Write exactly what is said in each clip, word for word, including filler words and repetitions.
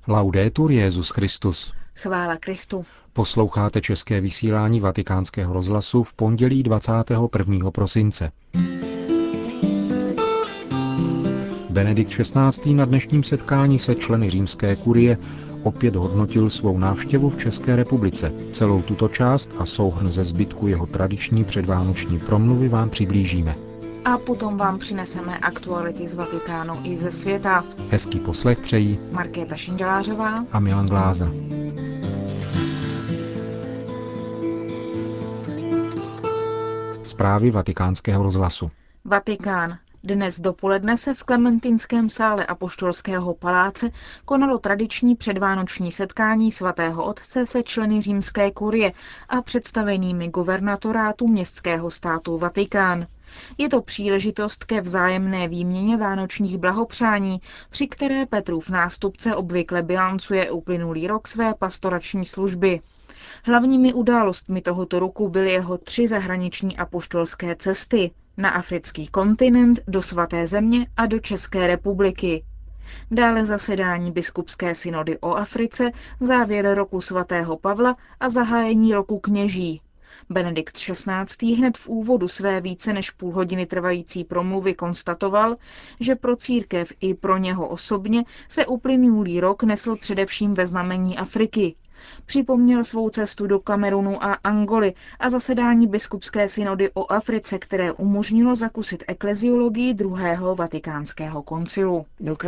Laudetur Jesus Christus. Chvála Kristu. Posloucháte české vysílání Vatikánského rozhlasu v pondělí dvacátého prvního prosince. Benedikt šestnáctý. Na dnešním setkání se členy římské kurie opět hodnotil svou návštěvu v České republice. Celou tuto část a souhrn ze zbytku jeho tradiční předvánoční promluvy vám přiblížíme. A potom vám přineseme aktuality z Vatikánu i ze světa. Hezký poslech přejí Markéta Šindelářová a Milan Glázer. Zprávy Vatikánského rozhlasu. Vatikán. Dnes dopoledne se v Klementinském sále Apoštolského paláce konalo tradiční předvánoční setkání svatého otce se členy římské kurie a představenými guvernatorátu městského státu Vatikán. Je to příležitost ke vzájemné výměně vánočních blahopřání, při které Petrův nástupce obvykle bilancuje uplynulý rok své pastorační služby. Hlavními událostmi tohoto roku byly jeho tři zahraniční apoštolské cesty na africký kontinent, do Svaté země a do České republiky. Dále zasedání biskupské synody o Africe, závěr roku svatého Pavla a zahájení roku kněží. Benedikt šestnáctý. Hned v úvodu své více než půl hodiny trvající promluvy konstatoval, že pro církev i pro něho osobně se uplynulý rok nesl především ve znamení Afriky. Připomněl svou cestu do Kamerunu a Angoly a zasedání biskupské synody o Africe, které umožnilo zakusit ekleziologii druhého vatikánského koncilu.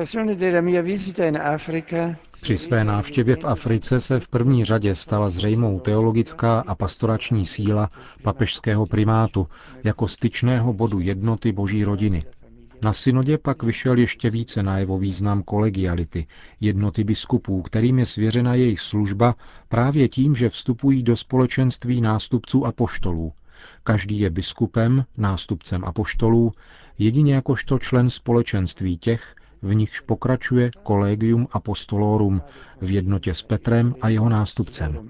Při své návštěvě v Africe se v první řadě stala zřejmou teologická a pastorační síla papežského primátu jako styčného bodu jednoty Boží rodiny. Na synodě pak vyšel ještě více najevo význam kolegiality, jednoty biskupů, kterým je svěřena jejich služba právě tím, že vstupují do společenství nástupců apoštolů. Každý je biskupem, nástupcem apoštolů, jedině jakožto člen společenství těch, v nichž pokračuje Collegium Apostolorum v jednotě s Petrem a jeho nástupcem.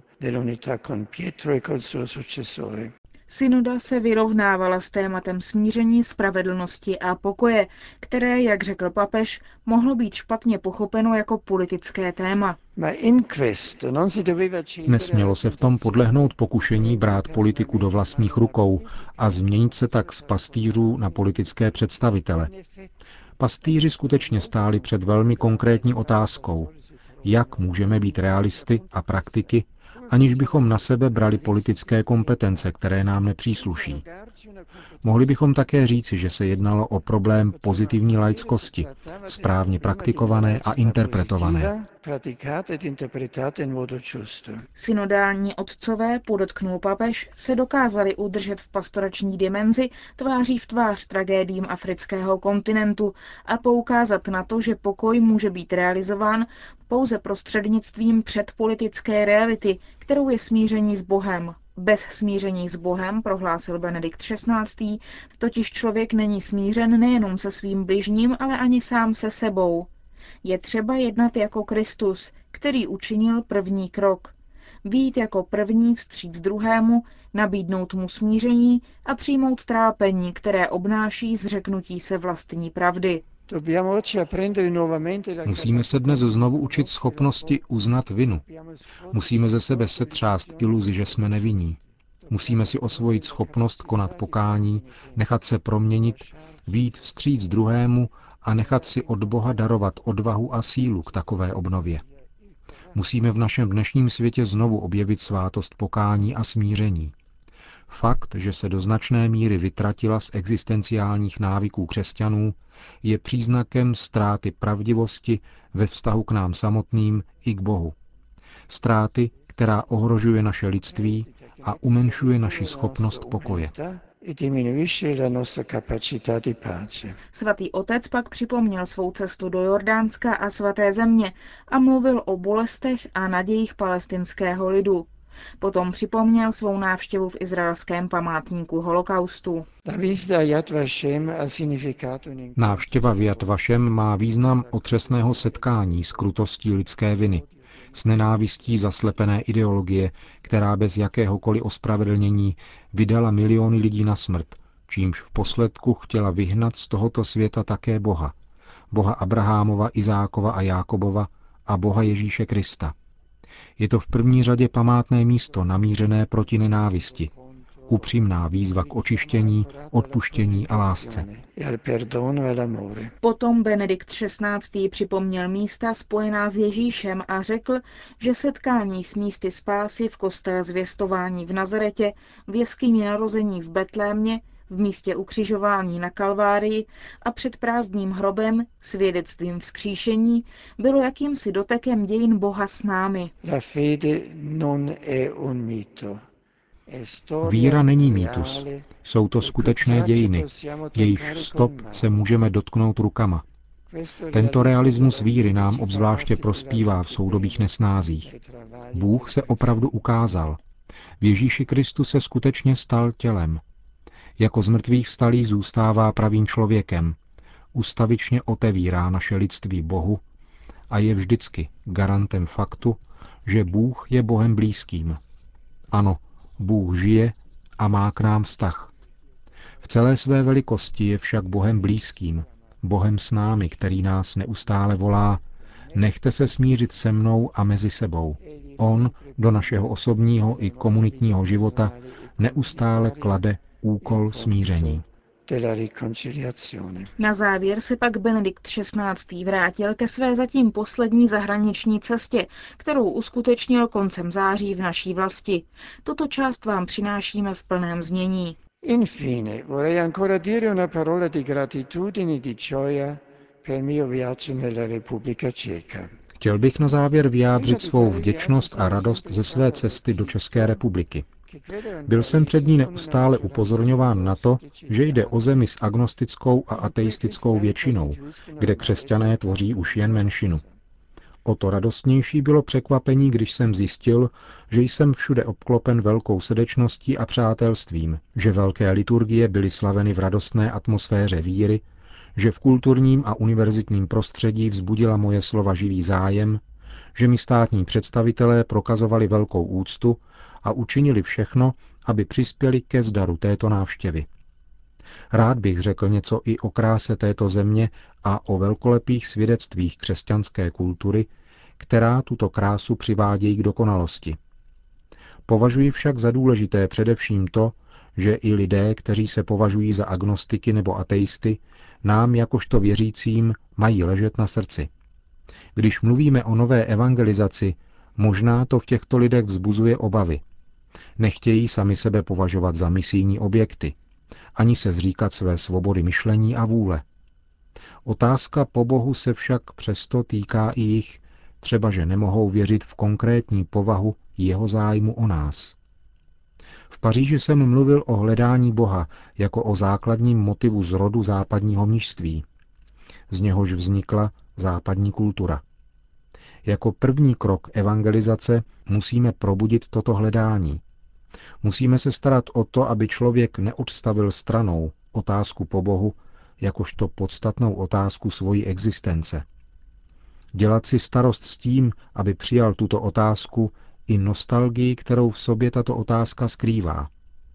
Synoda se vyrovnávala s tématem smíření, spravedlnosti a pokoje, které, jak řekl papež, mohlo být špatně pochopeno jako politické téma. Nesmělo se v tom podlehnout pokušení brát politiku do vlastních rukou a změnit se tak z pastýřů na politické představitele. Pastýři skutečně stáli před velmi konkrétní otázkou, jak můžeme být realisty a praktiky, aniž bychom na sebe brali politické kompetence, které nám nepřísluší. Mohli bychom také říci, že se jednalo o problém pozitivní laickosti, správně praktikované a interpretované. Synodální otcové, podotknul papež, se dokázali udržet v pastorační dimenzi tváří v tvář tragédiím afrického kontinentu a poukázat na to, že pokoj může být realizován pouze prostřednictvím předpolitické reality, kterou je smíření s Bohem. Bez smíření s Bohem, prohlásil Benedikt šestnáctý. Totiž člověk není smířen nejenom se svým bližním, ale ani sám se sebou. Je třeba jednat jako Kristus, který učinil první krok. Vyjít jako první vstříc druhému, nabídnout mu smíření a přijmout trápení, které obnáší zřeknutí se vlastní pravdy. Musíme se dnes znovu učit schopnosti uznat vinu. Musíme ze sebe setřást iluzi, že jsme nevinní. Musíme si osvojit schopnost konat pokání, nechat se proměnit, vyjít vstříc druhému a nechat si od Boha darovat odvahu a sílu k takové obnově. Musíme v našem dnešním světě znovu objevit svátost pokání a smíření. Fakt, že se do značné míry vytratila z existenciálních návyků křesťanů, je příznakem ztráty pravdivosti ve vztahu k nám samotným i k Bohu. Ztráty, která ohrožuje naše lidství a umenšuje naši schopnost pokoje. Svatý otec pak připomněl svou cestu do Jordánska a Svaté země a mluvil o bolestech a nadějích palestinského lidu. Potom připomněl svou návštěvu v izraelském památníku holokaustu. Návštěva v Jad Vašem má význam otřesného setkání s krutostí lidské viny, s nenávistí zaslepené ideologie, která bez jakéhokoliv ospravedlnění vydala miliony lidí na smrt, čímž v posledku chtěla vyhnat z tohoto světa také Boha. Boha Abrahámova, Izákova a Jákobova a Boha Ježíše Krista. Je to v první řadě památné místo namířené proti nenávisti, upřímná výzva k očištění, odpuštění a lásce. Potom Benedikt šestnáctý. Připomněl místa spojená s Ježíšem a řekl, že setkání s místy spásy v kostele Zvěstování v Nazaretě, v jeskyni narození v Betlémě, v místě ukřižování na Kalvárii a před prázdným hrobem, svědectvím vzkříšení, bylo jakýmsi dotekem dějin Boha s námi. Víra není mýtus. Jsou to skutečné dějiny, jejichž stop se můžeme dotknout rukama. Tento realismus víry nám obzvláště prospívá v soudobých nesnázích. Bůh se opravdu ukázal. V Ježíši Kristu se skutečně stal tělem. Jako z mrtvých vstalý zůstává pravým člověkem. Ustavičně otevírá naše lidství Bohu a je vždycky garantem faktu, že Bůh je Bohem blízkým. Ano, Bůh žije a má k nám vztah. V celé své velikosti je však Bohem blízkým, Bohem s námi, který nás neustále volá: nechte se smířit se mnou a mezi sebou. On do našeho osobního i komunitního života neustále klade úkol smíření. Na závěr se pak Benedikt šestnáctý. Vrátil ke své zatím poslední zahraniční cestě, kterou uskutečnil koncem září v naší vlasti. Tuto část vám přinášíme v plném znění. Infine, vorrei ancora dire una parola di gratitudine e di gioia per il mio viaggio nella Repubblica Ceca. Chtěl bych na závěr vyjádřit svou vděčnost a radost ze své cesty do České republiky. Byl jsem před ní neustále upozorňován na to, že jde o zemi s agnostickou a ateistickou většinou, kde křesťané tvoří už jen menšinu. O to radostnější bylo překvapení, když jsem zjistil, že jsem všude obklopen velkou srdečností a přátelstvím, že velké liturgie byly slaveny v radostné atmosféře víry, že v kulturním a univerzitním prostředí vzbudila moje slova živý zájem, že mi státní představitelé prokazovali velkou úctu a učinili všechno, aby přispěli ke zdaru této návštěvy. Rád bych řekl něco i o kráse této země a o velkolepých svědectvích křesťanské kultury, která tuto krásu přivádějí k dokonalosti. Považuji však za důležité především to, že i lidé, kteří se považují za agnostiky nebo ateisty, nám jakožto věřícím mají ležet na srdci. Když mluvíme o nové evangelizaci, možná to v těchto lidech vzbuzuje obavy. Nechtějí sami sebe považovat za misijní objekty, ani se zříkat své svobody myšlení a vůle. Otázka po Bohu se však přesto týká i jich, třeba že nemohou věřit v konkrétní povahu jeho zájmu o nás. V Paříži jsem mluvil o hledání Boha jako o základním motivu zrodu západního mnišství. Z něhož vznikla západní kultura. Jako první krok evangelizace musíme probudit toto hledání. Musíme se starat o to, aby člověk neodstavil stranou otázku po Bohu jakožto podstatnou otázku svojí existence. Dělat si starost s tím, aby přijal tuto otázku i nostalgii, kterou v sobě tato otázka skrývá.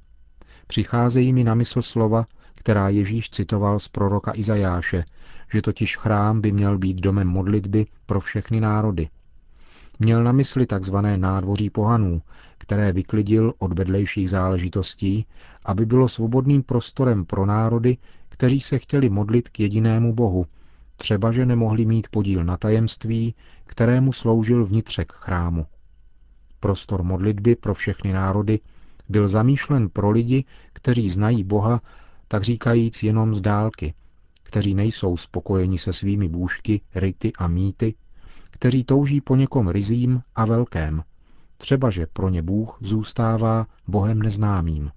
Přicházejí mi na mysl slova, která Ježíš citoval z proroka Izajáše, že totiž chrám by měl být domem modlitby pro všechny národy. Měl na mysli takzvané nádvoří pohanů, které vyklidil od vedlejších záležitostí, aby bylo svobodným prostorem pro národy, kteří se chtěli modlit k jedinému Bohu, třeba že nemohli mít podíl na tajemství, kterému sloužil vnitřek chrámu. Prostor modlitby pro všechny národy byl zamýšlen pro lidi, kteří znají Boha, tak říkajíc jenom z dálky, kteří nejsou spokojeni se svými bůžky, rity a mýty, kteří touží po někom ryzím a velkém, třeba že pro ně Bůh zůstává Bohem neznámým.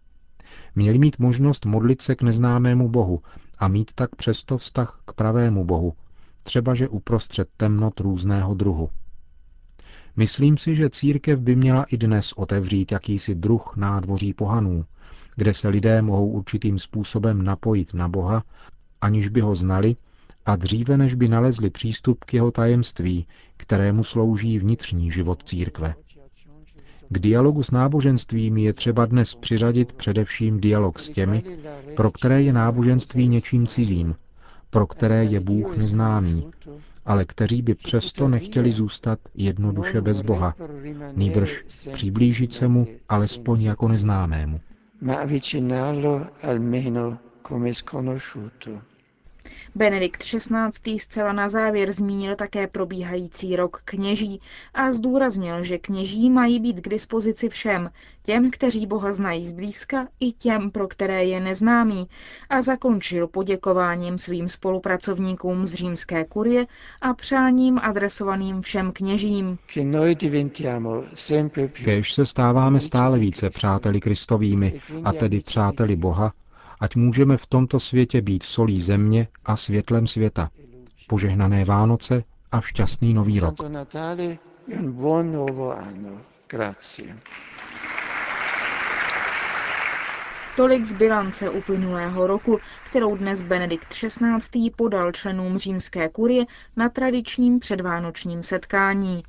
Měli mít možnost modlit se k neznámému Bohu a mít tak přesto vztah k pravému Bohu, třeba že uprostřed temnot různého druhu. Myslím si, že církev by měla i dnes otevřít jakýsi druh nádvoří pohanů, kde se lidé mohou určitým způsobem napojit na Boha, aniž by ho znali, a dříve než by nalezli přístup k jeho tajemství, kterému slouží vnitřní život církve. K dialogu s náboženstvím je třeba dnes přiřadit především dialog s těmi, pro které je náboženství něčím cizím, pro které je Bůh neznámý ale kteří by přesto nechtěli zůstat jednoduše bez Boha, nýbrž přiblížit se mu alespoň jako neznámému. Benedikt šestnáctý. zcela na závěr zmínil také probíhající rok kněží a zdůraznil, že kněží mají být k dispozici všem, těm, kteří Boha znají zblízka, i těm, pro které je neznámý, a zakončil poděkováním svým spolupracovníkům z římské kurie a přáním adresovaným všem kněžím. Kéž se stáváme stále více přáteli Kristovými, a tedy přáteli Boha, ať můžeme v tomto světě být solí země a světlem světa. Požehnané Vánoce a šťastný nový rok. Tolik z bilance uplynulého roku, kterou dnes Benedikt šestnáctý. podal členům římské kurie na tradičním předvánočním setkání.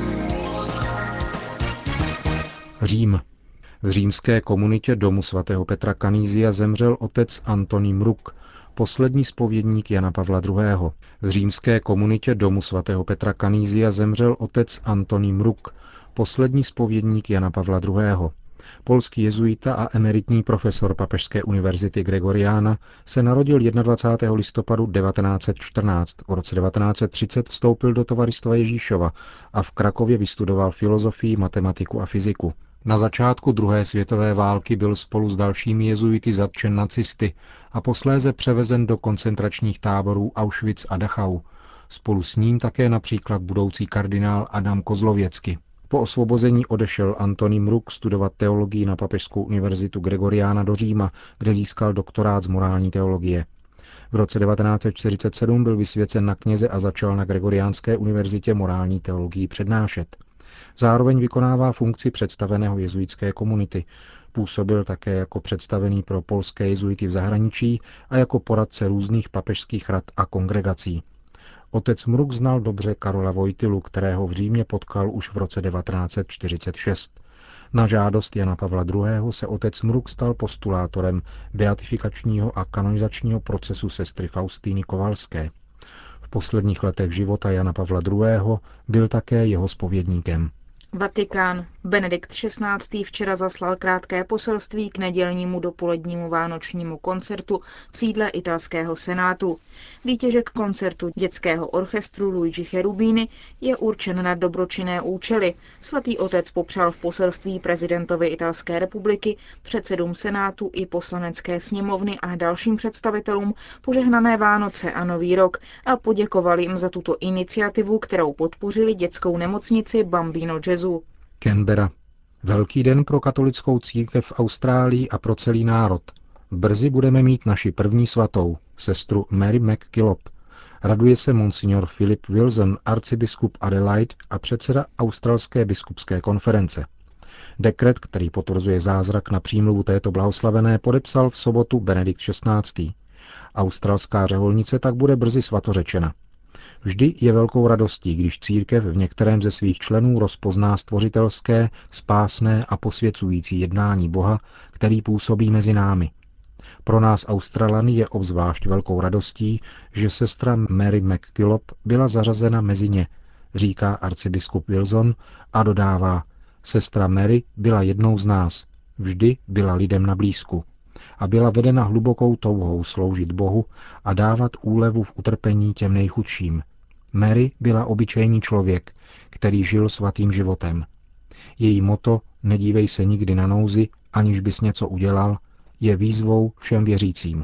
Řím. V římské komunitě domu svatého Petra Canizia zemřel otec Antonín Mruk, poslední zpovědník Jana Pavla druhého. V římské komunitě domu svatého Petra Canizia zemřel otec Antonín Mruk, poslední zpovědník Jana Pavla druhého. Polský jezuita a emeritní profesor Papežské univerzity Gregoriana se narodil dvacátého prvního listopadu devatenáct set čtrnáct. V roce devatenáct set třicet vstoupil do Tovaristva Ježíšova a v Krakově vystudoval filozofii, matematiku a fyziku. Na začátku druhé světové války byl spolu s dalšími jezuity zatčen nacisty a posléze převezen do koncentračních táborů Auschwitz a Dachau. Spolu s ním také například budoucí kardinál Adam Kozlověcky. Po osvobození odešel Antonín Mruk studovat teologii na Papežskou univerzitu Gregoriana do Říma, kde získal doktorát z morální teologie. V roce devatenáct set čtyřicet sedm byl vysvěcen na kněze a začal na Gregoriánské univerzitě morální teologii přednášet. Zároveň vykonává funkci představeného jezuitské komunity. Působil také jako představený pro polské jezuity v zahraničí a jako poradce různých papežských rad a kongregací. Otec Mruk znal dobře Karola Wojtylu, kterého v Římě potkal už v roce devatenáct set čtyřicet šest. Na žádost Jana Pavla druhého. se otec Mruk stal postulátorem beatifikačního a kanonizačního procesu sestry Faustýny Kovalské. V posledních letech života Jana Pavla druhého. byl také jeho zpovědníkem. Vatikán. Benedikt šestnáctý. včera zaslal krátké poselství k nedělnímu dopolednímu vánočnímu koncertu v sídle italského senátu. Výtěžek koncertu dětského orchestru Luigi Cherubini je určen na dobročinné účely. Svatý otec popřál v poselství prezidentovi Italské republiky, předsedům senátu i poslanecké sněmovny a dalším představitelům požehnané Vánoce a Nový rok a poděkoval jim za tuto iniciativu, kterou podpořili dětskou nemocnici Bambino Gesù. Canberra. Velký den pro katolickou církev v Austrálii a pro celý národ. Brzy budeme mít naši první svatou, sestru Mary McKillop. Raduje se monsignor Philip Wilson, arcibiskup Adelaide a předseda Australské biskupské konference. Dekret, který potvrzuje zázrak na přímluvu této blahoslavené, podepsal v sobotu Benedikt šestnáctý. Australská řeholnice tak bude brzy svatořečena. Vždy je velkou radostí, když církev v některém ze svých členů rozpozná stvořitelské, spásné a posvěcující jednání Boha, který působí mezi námi. Pro nás Australany je obzvlášť velkou radostí, že sestra Mary McKillop byla zařazena mezi ně, říká arcibiskup Wilson a dodává, sestra Mary byla jednou z nás, vždy byla lidem na blízku a byla vedena hlubokou touhou sloužit Bohu a dávat úlevu v utrpení těm nejchudším. Mary byla obyčejný člověk, který žil svatým životem. Její motto nedívej se nikdy na nouzi, aniž bys něco udělal, je výzvou všem věřícím.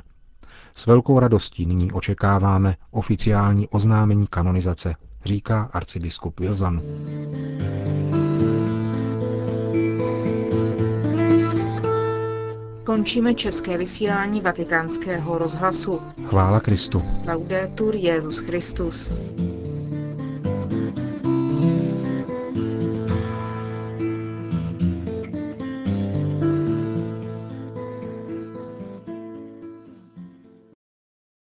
S velkou radostí nyní očekáváme oficiální oznámení kanonizace, říká arcibiskup Wilson. Končíme české vysílání Vatikánského rozhlasu. Chvála Kristu. Laudetur Jesus Christus.